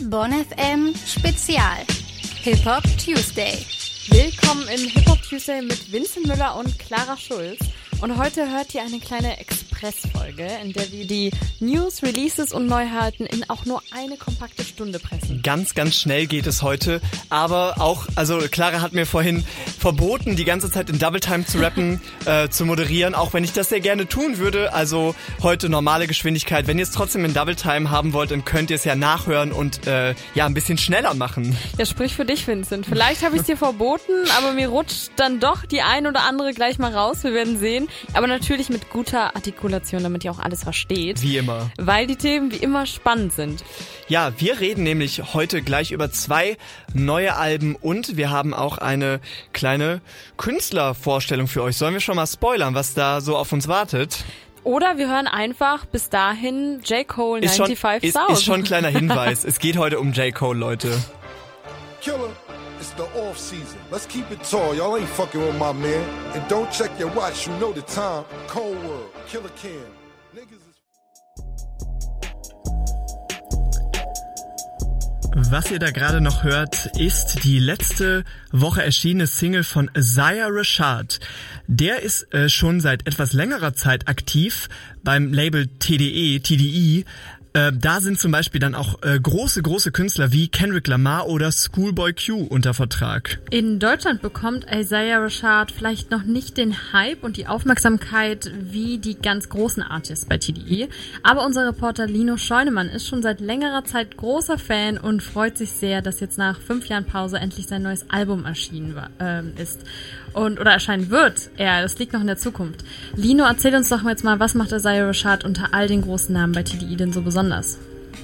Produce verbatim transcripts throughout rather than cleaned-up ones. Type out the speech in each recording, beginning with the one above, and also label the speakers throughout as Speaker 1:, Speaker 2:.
Speaker 1: Bonn F M Spezial Hip-Hop Tuesday.
Speaker 2: Willkommen in Hip-Hop Tuesday mit Vincent Müller und Clara Schulz. Und heute hört ihr eine kleine Express-Folge, in der wir die News, Releases und Neuheiten in auch nur eine kompakte Stunde pressen.
Speaker 3: Ganz, ganz schnell geht es heute, aber auch, also Clara hat mir vorhin verboten, die ganze Zeit in Double Time zu rappen, äh, zu moderieren, auch wenn ich das sehr gerne tun würde. Also heute normale Geschwindigkeit. Wenn ihr es trotzdem in Double Time haben wollt, dann könnt ihr es ja nachhören und äh, ja ein bisschen schneller machen.
Speaker 2: Ja, sprich für dich, Vincent. Vielleicht habe ich es dir verboten, aber mir rutscht dann doch die ein oder andere gleich mal raus. Wir werden sehen. Aber natürlich mit guter Artikulation, damit ihr auch alles versteht.
Speaker 3: Wie immer.
Speaker 2: Weil die Themen wie immer spannend sind.
Speaker 3: Ja, wir reden nämlich heute gleich über zwei neue Alben und wir haben auch eine kleine Künstlervorstellung für euch. Sollen wir schon mal spoilern, was da so auf uns wartet?
Speaker 2: Oder wir hören einfach bis dahin J. Cole
Speaker 3: ist schon,
Speaker 2: fünfundneunzig
Speaker 3: ist, ist schon ein kleiner Hinweis. Es geht heute um J. Cole, Leute.
Speaker 4: Killer. It's the off season. Let's keep it tall. Y'all ain't fucking with my man. And don't check your watch. You know the time. Cold World. Killer Cam. Niggas is...
Speaker 3: Was ihr da gerade noch hört, ist die letzte Woche erschienene Single von Isaiah Rashad. Der ist äh, schon seit etwas längerer Zeit aktiv beim Label T D E, T D E. Äh, da sind zum Beispiel dann auch äh, große, große Künstler wie Kendrick Lamar oder Schoolboy Q unter Vertrag.
Speaker 2: In Deutschland bekommt Isaiah Rashad vielleicht noch nicht den Hype und die Aufmerksamkeit wie die ganz großen Artists bei T D E. Aber unser Reporter Lino Scheunemann ist schon seit längerer Zeit großer Fan und freut sich sehr, dass jetzt nach fünf Jahren Pause endlich sein neues Album erschienen war, äh, ist. Und, oder erscheinen wird. Er, das liegt noch in der Zukunft. Lino, erzähl uns doch mal jetzt mal, was macht Isaiah Rashad unter all den großen Namen bei T D E denn so besonders?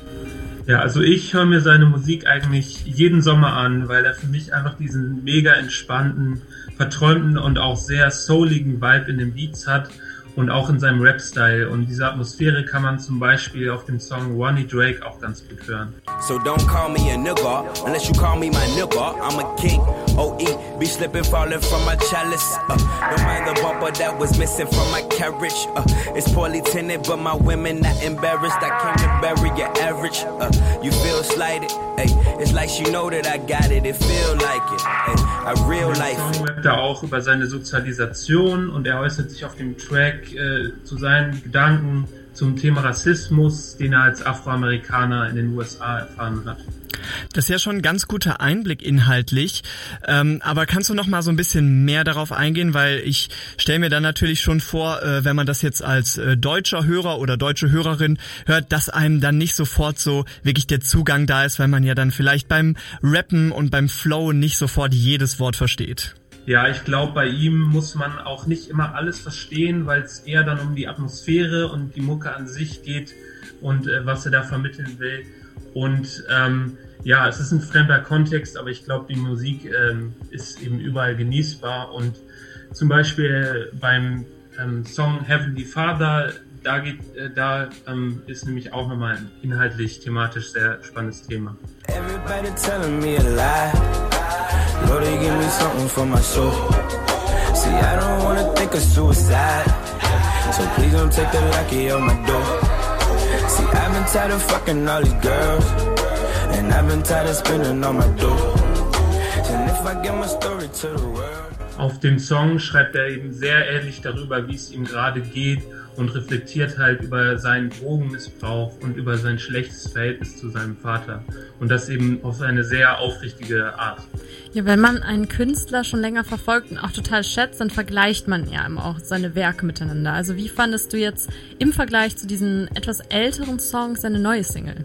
Speaker 5: Ja, also ich höre mir seine Musik eigentlich jeden Sommer an, weil er für mich einfach diesen mega entspannten, verträumten und auch sehr souligen Vibe in den Beats hat und auch in seinem Rap-Style. Und diese Atmosphäre kann man zum Beispiel auf dem Song Ronnie Drake auch ganz gut hören.
Speaker 6: So don't call me a nigga, unless you call me my nigga. I'm a king, O E, be slipping, falling from my chalice. Uh, don't mind the bumper that was missing from my carriage. Uh, it's poorly tinted, but my women not embarrassed. I came to bury your average. Uh, you feel slighted, hey, it's like she know that I got it. It feel like it, hey, I real life.
Speaker 5: Der Song rappt er auch über seine Sozialisation und er äußert sich auf dem Track äh, zu seinen Gedanken zum Thema Rassismus, den er als Afroamerikaner in den U S A erfahren hat.
Speaker 3: Das ist ja schon ein ganz guter Einblick inhaltlich, ähm, aber kannst du noch mal so ein bisschen mehr darauf eingehen, weil ich stelle mir dann natürlich schon vor, äh, wenn man das jetzt als äh, deutscher Hörer oder deutsche Hörerin hört, dass einem dann nicht sofort so wirklich der Zugang da ist, weil man ja dann vielleicht beim Rappen und beim Flow nicht sofort jedes Wort versteht.
Speaker 5: Ja, ich glaube, bei ihm muss man auch nicht immer alles verstehen, weil es eher dann um die Atmosphäre und die Mucke an sich geht und äh, was er da vermitteln will. Und ähm, ja, es ist ein fremder Kontext, aber ich glaube, die Musik ähm, ist eben überall genießbar. Und zum Beispiel beim ähm, Song Heavenly Father, da geht, äh, da ähm, ist nämlich auch nochmal ein inhaltlich, thematisch sehr spannendes Thema.
Speaker 6: Everybody telling me a lie. Lord, they give me something for my soul. See, I don't wanna think of suicide. So please don't take the lucky on my door. See, I've been tired of fucking all these girls. And I've been tired of spending on my dough. And if I get my story to the world.
Speaker 5: Auf dem Song schreibt er eben sehr ehrlich darüber, wie es ihm gerade geht und reflektiert halt über seinen Drogenmissbrauch und über sein schlechtes Verhältnis zu seinem Vater. Und das eben auf eine sehr aufrichtige Art.
Speaker 2: Ja, wenn man einen Künstler schon länger verfolgt und auch total schätzt, dann vergleicht man ja immer auch seine Werke miteinander. Also wie fandest du jetzt im Vergleich zu diesen etwas älteren Songs seine neue Single?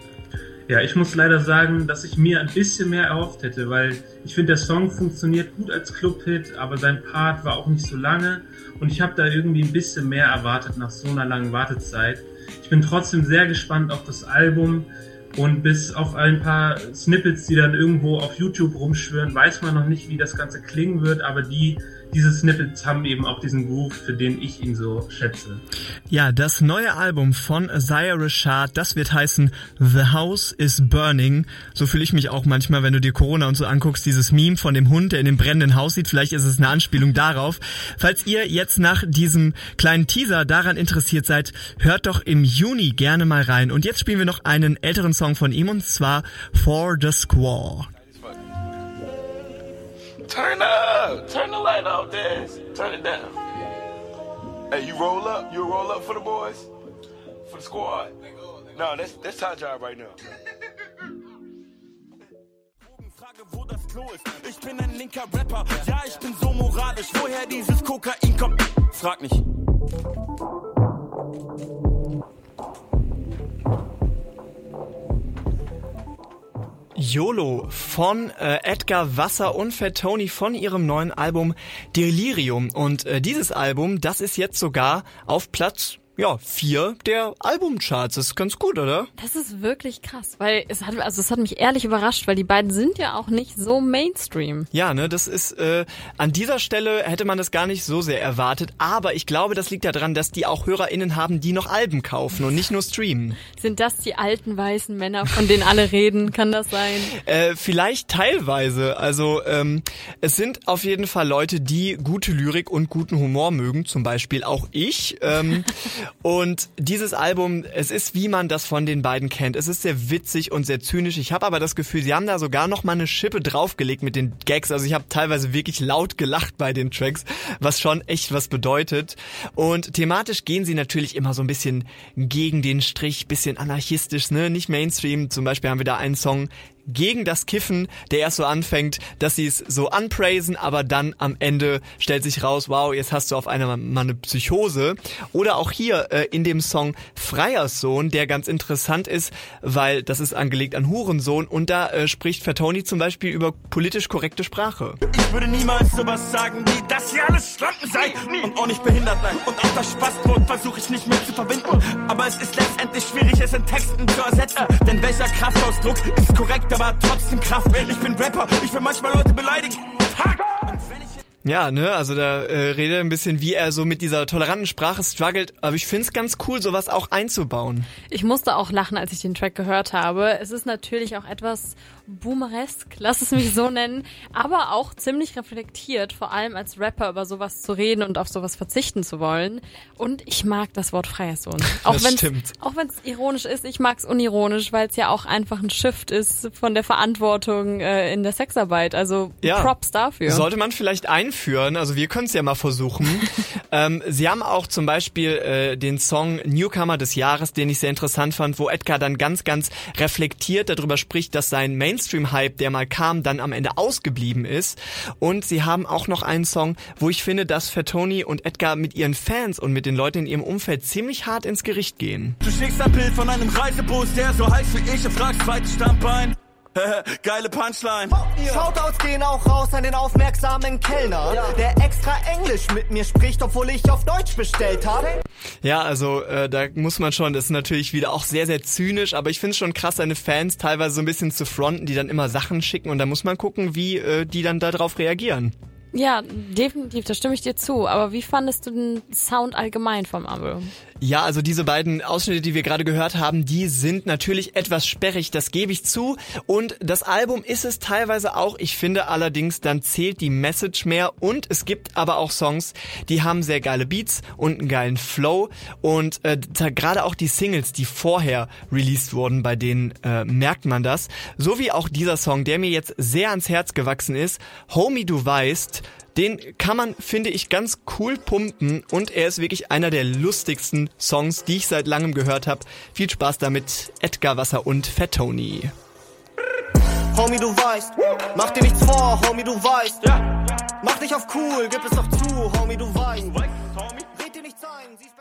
Speaker 5: Ja, ich muss leider sagen, dass ich mir ein bisschen mehr erhofft hätte, weil ich finde, der Song funktioniert gut als Clubhit, aber sein Part war auch nicht so lange und ich habe da irgendwie ein bisschen mehr erwartet nach so einer langen Wartezeit. Ich bin trotzdem sehr gespannt auf das Album und bis auf ein paar Snippets, die dann irgendwo auf YouTube rumschwirren, weiß man noch nicht, wie das Ganze klingen wird, aber die diese Snippets haben eben auch diesen Groove, für den ich ihn so schätze.
Speaker 3: Ja, das neue Album von Isaiah Rashad, das wird heißen The House is Burning. So fühle ich mich auch manchmal, wenn du dir Corona und so anguckst, dieses Meme von dem Hund, der in dem brennenden Haus sieht. Vielleicht ist es eine Anspielung darauf. Falls ihr jetzt nach diesem kleinen Teaser daran interessiert seid, hört doch im Juni gerne mal rein. Und jetzt spielen wir noch einen älteren Song von ihm, und zwar For the Squaw.
Speaker 7: Turn up! Turn the light out there. Turn it down. Hey, you roll up? You roll up for the boys? For the squad? No, that's that's our job right now.
Speaker 6: Frage, wo das Klo ist. Ich bin ein linker Rapper. Ja, ich bin so moralisch. Woher dieses Kokain kommt? Frag nicht.
Speaker 3: YOLO von äh, Edgar Wasser und Fat Tony von ihrem neuen Album Delirium. Und äh, dieses Album, das ist jetzt sogar auf Platz ja, vier der Albumcharts. Das ist ganz gut, oder?
Speaker 2: Das ist wirklich krass, weil es hat, also es hat mich ehrlich überrascht, weil die beiden sind ja auch nicht so Mainstream.
Speaker 3: Ja, ne, das ist, äh, an dieser Stelle hätte man das gar nicht so sehr erwartet, aber ich glaube, das liegt daran, dass die auch HörerInnen haben, die noch Alben kaufen und nicht nur streamen.
Speaker 2: Sind das die alten weißen Männer, von denen alle reden? Kann das sein?
Speaker 3: Äh, vielleicht teilweise. Also, ähm, es sind auf jeden Fall Leute, die gute Lyrik und guten Humor mögen, zum Beispiel auch ich, ähm, und dieses Album, es ist, wie man das von den beiden kennt. Es ist sehr witzig und sehr zynisch. Ich habe aber das Gefühl, sie haben da sogar noch mal eine Schippe draufgelegt mit den Gags. Also ich habe teilweise wirklich laut gelacht bei den Tracks, was schon echt was bedeutet. Und thematisch gehen sie natürlich immer so ein bisschen gegen den Strich, bisschen anarchistisch, ne? Nicht Mainstream. Zum Beispiel haben wir da einen Song gegen das Kiffen, der erst so anfängt, dass sie es so anpraisen, aber dann am Ende stellt sich raus, wow, jetzt hast du auf einmal mal eine Psychose. Oder auch hier äh, in dem Song Freierssohn, der ganz interessant ist, weil das ist angelegt an Hurensohn, und da äh, spricht Fat Tony zum Beispiel über politisch korrekte Sprache.
Speaker 6: Ich würde niemals sowas sagen, wie dass ihr alles Schlampen seid und auch nicht behindert seid. Und auch das Spaßbrot versuche ich nicht mehr zu verbinden. Aber es ist letztendlich schwierig, es in Texten zu ersetzen. Denn welcher Kraftausdruck ist korrekt, aber trotzdem Kraft. Ich bin Rapper, ich will manchmal Leute beleidigen.
Speaker 3: Ja, ne, also da äh, redet ein bisschen, wie er so mit dieser toleranten Sprache struggelt, aber ich find's ganz cool, sowas auch einzubauen.
Speaker 2: Ich musste auch lachen, als ich den Track gehört habe. Es ist natürlich auch etwas boomeresk, lass es mich so nennen, aber auch ziemlich reflektiert, vor allem als Rapper über sowas zu reden und auf sowas verzichten zu wollen. Und ich mag das Wort Freierssohn. Auch
Speaker 3: das
Speaker 2: wenn's,
Speaker 3: stimmt.
Speaker 2: Auch wenn es ironisch ist, ich mag es unironisch, weil es ja auch einfach ein Shift ist von der Verantwortung äh, in der Sexarbeit. Also
Speaker 3: ja.
Speaker 2: Props dafür.
Speaker 3: Sollte man vielleicht einführen, also wir können es ja mal versuchen. ähm, sie haben auch zum Beispiel äh, den Song Newcomer des Jahres, den ich sehr interessant fand, wo Edgar dann ganz, ganz reflektiert darüber spricht, dass sein Mainstream-Hype, der mal kam, dann am Ende ausgeblieben ist. Und sie haben auch noch einen Song, wo ich finde, dass Fat Tony und Edgar mit ihren Fans und mit den Leuten in ihrem Umfeld ziemlich hart ins Gericht gehen.
Speaker 6: Du schickst ein Bild von einem Reisebus, der so heiß wie ich, und fragst zweites Standbein. Geile Punchline.
Speaker 8: Shoutouts gehen auch raus an den aufmerksamen Kellner, ja, der extra Englisch mit mir spricht, obwohl ich auf Deutsch bestellt habe.
Speaker 3: Ja, also äh, da muss man schon, das ist natürlich wieder auch sehr, sehr zynisch, aber ich finde es schon krass, seine Fans teilweise so ein bisschen zu fronten, die dann immer Sachen schicken, und da muss man gucken, wie äh, die dann darauf reagieren.
Speaker 2: Ja, definitiv, da stimme ich dir zu. Aber wie fandest du den Sound allgemein vom Album?
Speaker 3: Ja, also diese beiden Ausschnitte, die wir gerade gehört haben, die sind natürlich etwas sperrig, das gebe ich zu. Und das Album ist es teilweise auch. Ich finde allerdings, dann zählt die Message mehr. Und es gibt aber auch Songs, die haben sehr geile Beats und einen geilen Flow. Und äh, gerade auch die Singles, die vorher released wurden, bei denen äh, merkt man das. So wie auch dieser Song, der mir jetzt sehr ans Herz gewachsen ist. Homie, du weißt. Den kann man, finde ich, ganz cool pumpen, und er ist wirklich einer der lustigsten Songs, die ich seit langem gehört habe. Viel Spaß damit, Edgar Wasser und Fat Tony.
Speaker 8: Homie, du weißt, mach dir nichts vor, Homie, du weißt. Mach dich auf cool, gib es doch zu, Homie, du weißt. Red dir nichts ein, sieh's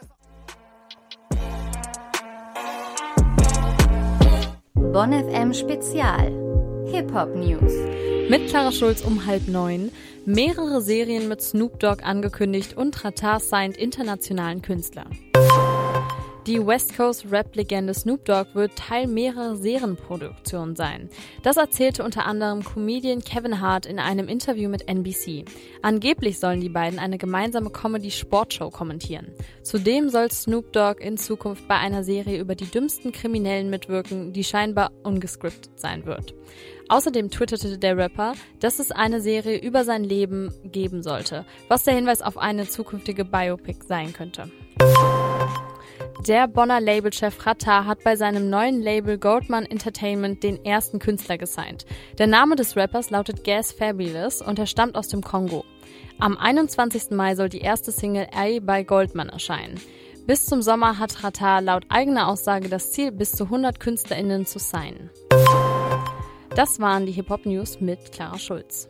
Speaker 8: besser.
Speaker 1: Bonn F M Spezial Hip-Hop News.
Speaker 2: Mit Clara Schulz um halb neun. Mehrere Serien mit Snoop Dogg angekündigt und Ratar signed internationalen Künstler. Die West Coast Rap-Legende Snoop Dogg wird Teil mehrerer Serienproduktionen sein. Das erzählte unter anderem Comedian Kevin Hart in einem Interview mit N B C. Angeblich sollen die beiden eine gemeinsame Comedy-Sportshow kommentieren. Zudem soll Snoop Dogg in Zukunft bei einer Serie über die dümmsten Kriminellen mitwirken, die scheinbar ungescriptet sein wird. Außerdem twitterte der Rapper, dass es eine Serie über sein Leben geben sollte, was der Hinweis auf eine zukünftige Biopic sein könnte. Der Bonner Labelchef Xatar hat bei seinem neuen Label Goldman Entertainment den ersten Künstler gesigned. Der Name des Rappers lautet Gas Fabulous und er stammt aus dem Kongo. Am einundzwanzigsten Mai soll die erste Single A bei Goldman erscheinen. Bis zum Sommer hat Xatar laut eigener Aussage das Ziel, bis zu hundert KünstlerInnen zu signen. Das waren die Hip-Hop-News mit Clara Schulz.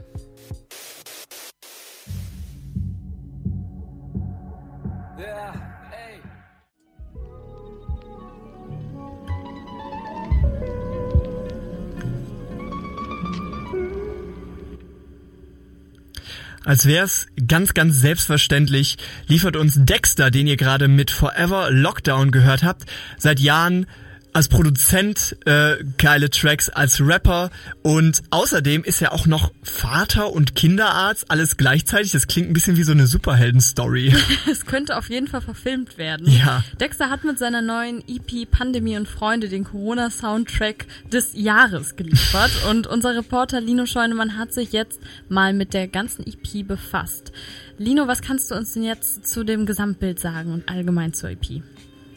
Speaker 3: Als wär's ganz, ganz selbstverständlich, liefert uns Dexter, den ihr gerade mit Forever Lockdown gehört habt, seit Jahren als Produzent äh, geile Tracks, als Rapper und außerdem ist er auch noch Vater und Kinderarzt, alles gleichzeitig. Das klingt ein bisschen wie so eine Superhelden-Story.
Speaker 2: Es könnte auf jeden Fall verfilmt werden.
Speaker 3: Ja.
Speaker 2: Dexter hat mit seiner neuen E P Pandemie und Freunde den Corona-Soundtrack des Jahres geliefert und unser Reporter Lino Scheunemann hat sich jetzt mal mit der ganzen E P befasst. Lino, was kannst du uns denn jetzt zu dem Gesamtbild sagen und allgemein zur E P?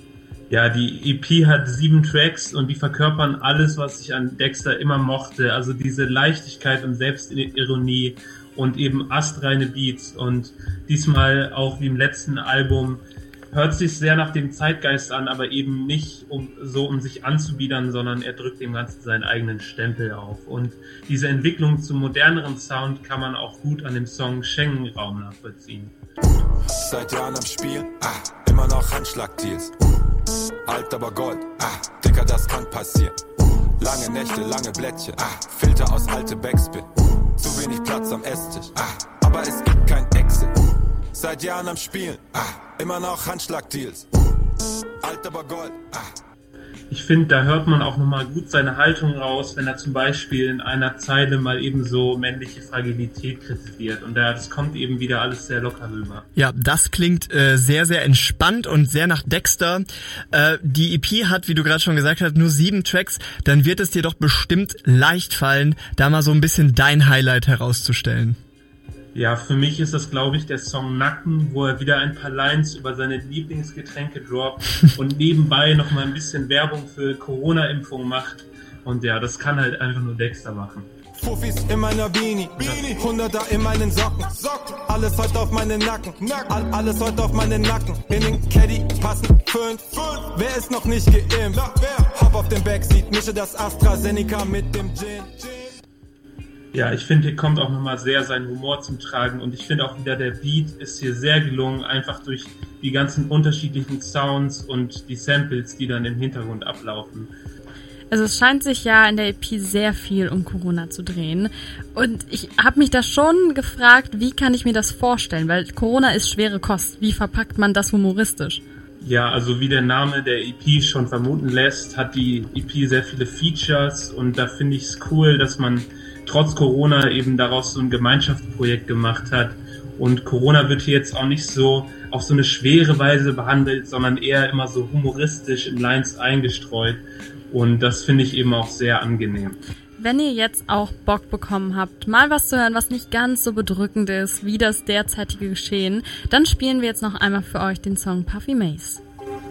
Speaker 5: Ja, die E P hat sieben Tracks und die verkörpern alles, was ich an Dexter immer mochte. Also diese Leichtigkeit und Selbstironie und eben astreine Beats. Und diesmal auch wie im letzten Album hört sich sehr nach dem Zeitgeist an, aber eben nicht um so um sich anzubiedern, sondern er drückt dem Ganzen seinen eigenen Stempel auf. Und diese Entwicklung zum moderneren Sound kann man auch gut an dem Song Schengen-Raum nachvollziehen.
Speaker 9: Seit Jahren am Spiel, ah, immer noch Handschlag-Deals. Alt aber Gold, ah, Dicker, das kann passieren. Lange Nächte, lange Blättchen, ah, Filter aus alte Backspin. Zu wenig Platz am Esstisch, ah, aber es gibt kein Exit. Seit Jahren am Spielen, ah, immer noch Handschlag-Deals. Alt aber Gold, ah.
Speaker 5: Ich finde, da hört man auch nochmal gut seine Haltung raus, wenn er zum Beispiel in einer Zeile mal eben so männliche Fragilität kritisiert. Und da, das kommt eben wieder alles sehr locker rüber.
Speaker 3: Ja, das klingt äh, sehr, sehr entspannt und sehr nach Dexter. Äh, die E P hat, wie du gerade schon gesagt hast, nur sieben Tracks. Dann wird es dir doch bestimmt leicht fallen, da mal so ein bisschen dein Highlight herauszustellen.
Speaker 5: Ja, für mich ist das, glaube ich, der Song Nacken, wo er wieder ein paar Lines über seine Lieblingsgetränke droppt und nebenbei noch mal ein bisschen Werbung für Corona-Impfung macht. Und ja, das kann halt einfach nur Dexter machen.
Speaker 9: Fuffis in meiner Beanie, Hunderter in meinen Socken, alles heute auf meinen Nacken, All, alles heute auf meinen Nacken. In den Caddy passen fünf, wer ist noch nicht geimpft? Hop auf dem Backseat, mische das AstraZeneca mit dem Gin.
Speaker 5: Ja, ich finde, hier kommt auch nochmal sehr sein Humor zum Tragen und ich finde auch wieder, der Beat ist hier sehr gelungen, einfach durch die ganzen unterschiedlichen Sounds und die Samples, die dann im Hintergrund ablaufen.
Speaker 2: Also es scheint sich ja in der E P sehr viel um Corona zu drehen und ich habe mich da schon gefragt, wie kann ich mir das vorstellen, weil Corona ist schwere Kost, wie verpackt man das humoristisch?
Speaker 5: Ja, also wie der Name der E P schon vermuten lässt, hat die E P sehr viele Features und da finde ich es cool, dass man trotz Corona eben daraus so ein Gemeinschaftsprojekt gemacht hat. Und Corona wird hier jetzt auch nicht so auf so eine schwere Weise behandelt, sondern eher immer so humoristisch in Lines eingestreut. Und das finde ich eben auch sehr angenehm.
Speaker 2: Wenn ihr jetzt auch Bock bekommen habt, mal was zu hören, was nicht ganz so bedrückend ist wie das derzeitige Geschehen, dann spielen wir jetzt noch einmal für euch den Song Puffy Mace.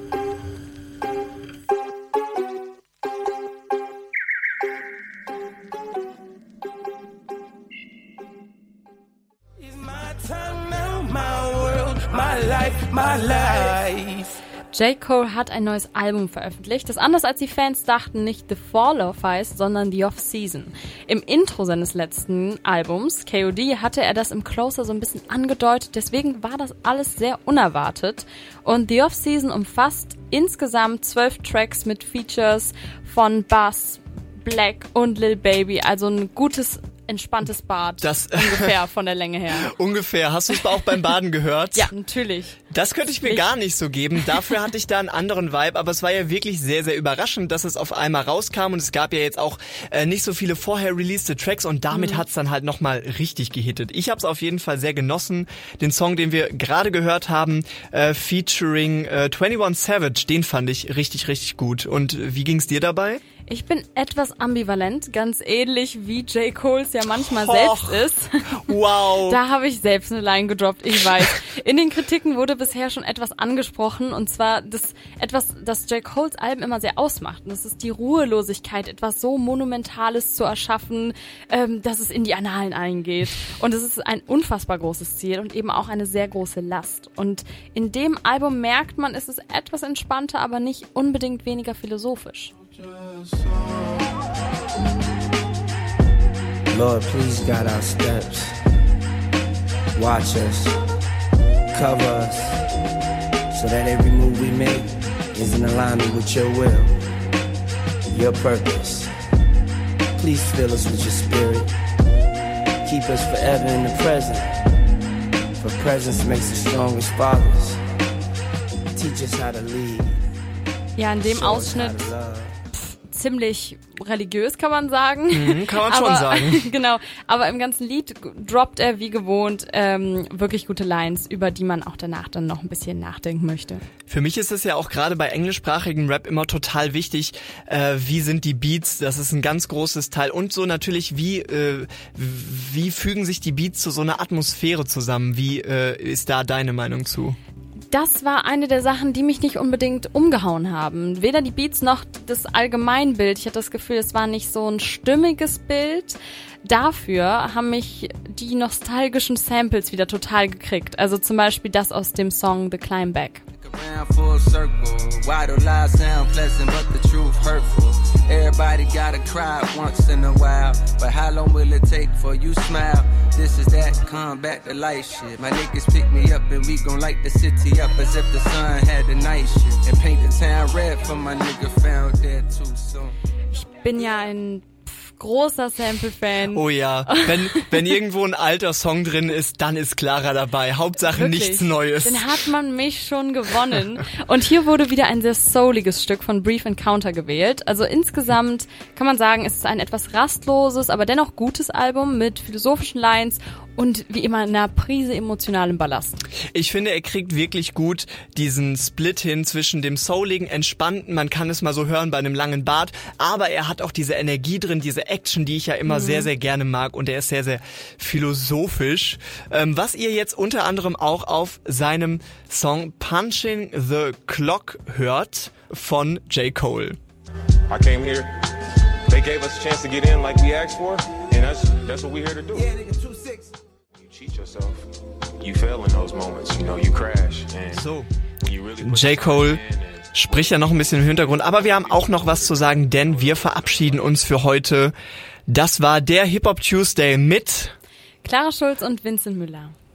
Speaker 2: J. Cole hat ein neues Album veröffentlicht, das anders als die Fans dachten nicht The Fall Off heißt, sondern The Off-Season. Im Intro seines letzten Albums, K O D, hatte er das im Closer so ein bisschen angedeutet, deswegen war das alles sehr unerwartet. Und The Off-Season umfasst insgesamt zwölf Tracks mit Features von Bass, Black und Lil Baby, also ein gutes, entspanntes Bad,
Speaker 3: das,
Speaker 2: ungefähr von der Länge her.
Speaker 3: Ungefähr. Hast du es auch beim Baden gehört?
Speaker 2: Ja, natürlich.
Speaker 3: Das könnte ich mir gar nicht so geben. Dafür hatte ich da einen anderen Vibe, aber es war ja wirklich sehr, sehr überraschend, dass es auf einmal rauskam und es gab ja jetzt auch äh, nicht so viele vorher releaste Tracks und damit mhm. hat's dann halt nochmal richtig gehittet. Ich habe es auf jeden Fall sehr genossen. Den Song, den wir gerade gehört haben, äh, featuring äh, einundzwanzig Savage, den fand ich richtig, richtig gut. Und wie ging's dir dabei?
Speaker 2: Ich bin etwas ambivalent, ganz ähnlich wie J. Cole's ja manchmal Och, selbst ist.
Speaker 3: Wow.
Speaker 2: Da habe ich selbst eine Line gedroppt, ich weiß. In den Kritiken wurde bisher schon etwas angesprochen und zwar das etwas, das J. Cole's Alben immer sehr ausmacht. Und das ist die Ruhelosigkeit, etwas so Monumentales zu erschaffen, ähm, dass es in die Annalen eingeht. Und es ist ein unfassbar großes Ziel und eben auch eine sehr große Last. Und in dem Album merkt man, es ist etwas entspannter, aber nicht unbedingt weniger philosophisch.
Speaker 10: Lord, please guide our steps. Watch us, cover us, so that every move we make is in alignment with your will, your purpose. Please fill us with your spirit. Keep us forever in the present. For presence makes the strongest fathers. Teach us how to lead.
Speaker 2: Ja, in dem Ausschnitt ziemlich religiös, kann man sagen.
Speaker 3: Mhm, kann man
Speaker 2: aber,
Speaker 3: schon sagen.
Speaker 2: Genau, aber im ganzen Lied droppt er wie gewohnt ähm, wirklich gute Lines, über die man auch danach dann noch ein bisschen nachdenken möchte.
Speaker 3: Für mich ist es ja auch gerade bei englischsprachigem Rap immer total wichtig, äh, wie sind die Beats, das ist ein ganz großes Teil und so natürlich, wie äh, wie fügen sich die Beats zu so einer Atmosphäre zusammen, wie äh, ist da deine Meinung zu?
Speaker 2: Das war eine der Sachen, die mich nicht unbedingt umgehauen haben. Weder die Beats noch das Allgemeinbild. Ich hatte das Gefühl, es war nicht so ein stimmiges Bild. Dafür haben mich die nostalgischen Samples wieder total gekriegt. Also zum Beispiel das aus dem Song The Climb Back.
Speaker 11: Full circle. Why do lies sound pleasant but the truth hurtful? Everybody gotta cry once in a while, but how long will it take for you smile? This is that come back to life shit. My niggas pick me up and we gon' light the city up as if the sun had the night shift and paint the town red for my nigga found dead too soon.
Speaker 2: Ich bin ja ein großer Sample-Fan.
Speaker 3: Oh ja, wenn wenn irgendwo ein alter Song drin ist, dann ist Clara dabei. Hauptsache
Speaker 2: Wirklich?
Speaker 3: Nichts Neues.
Speaker 2: Dann hat man mich schon gewonnen. Und hier wurde wieder ein sehr souliges Stück von Brief Encounter gewählt. Also insgesamt kann man sagen, es ist ein etwas rastloses, aber dennoch gutes Album mit philosophischen Lines und wie immer einer Prise emotionalem Ballast.
Speaker 3: Ich finde, er kriegt wirklich gut diesen Split hin zwischen dem souligen, entspannten, man kann es mal so hören bei einem langen Bart, aber er hat auch diese Energie drin, diese Action, die ich ja immer mhm. sehr, sehr gerne mag und er ist sehr, sehr philosophisch. Ähm, was ihr jetzt unter anderem auch auf seinem Song Punching the Clock hört von J. Cole.
Speaker 12: I came here, they gave us a chance to get in like we asked for, and that's, that's what we're here to do. Yeah, nigga, two six. You cheat yourself, you fail in those moments, you know, you crash. And
Speaker 3: so,
Speaker 12: you really
Speaker 3: J. Cole spricht ja noch ein bisschen im Hintergrund, aber wir haben auch noch was zu sagen, denn wir verabschieden uns für heute. Das war der Hip-Hop Tuesday mit
Speaker 2: Clara Schulz und Vincent Müller.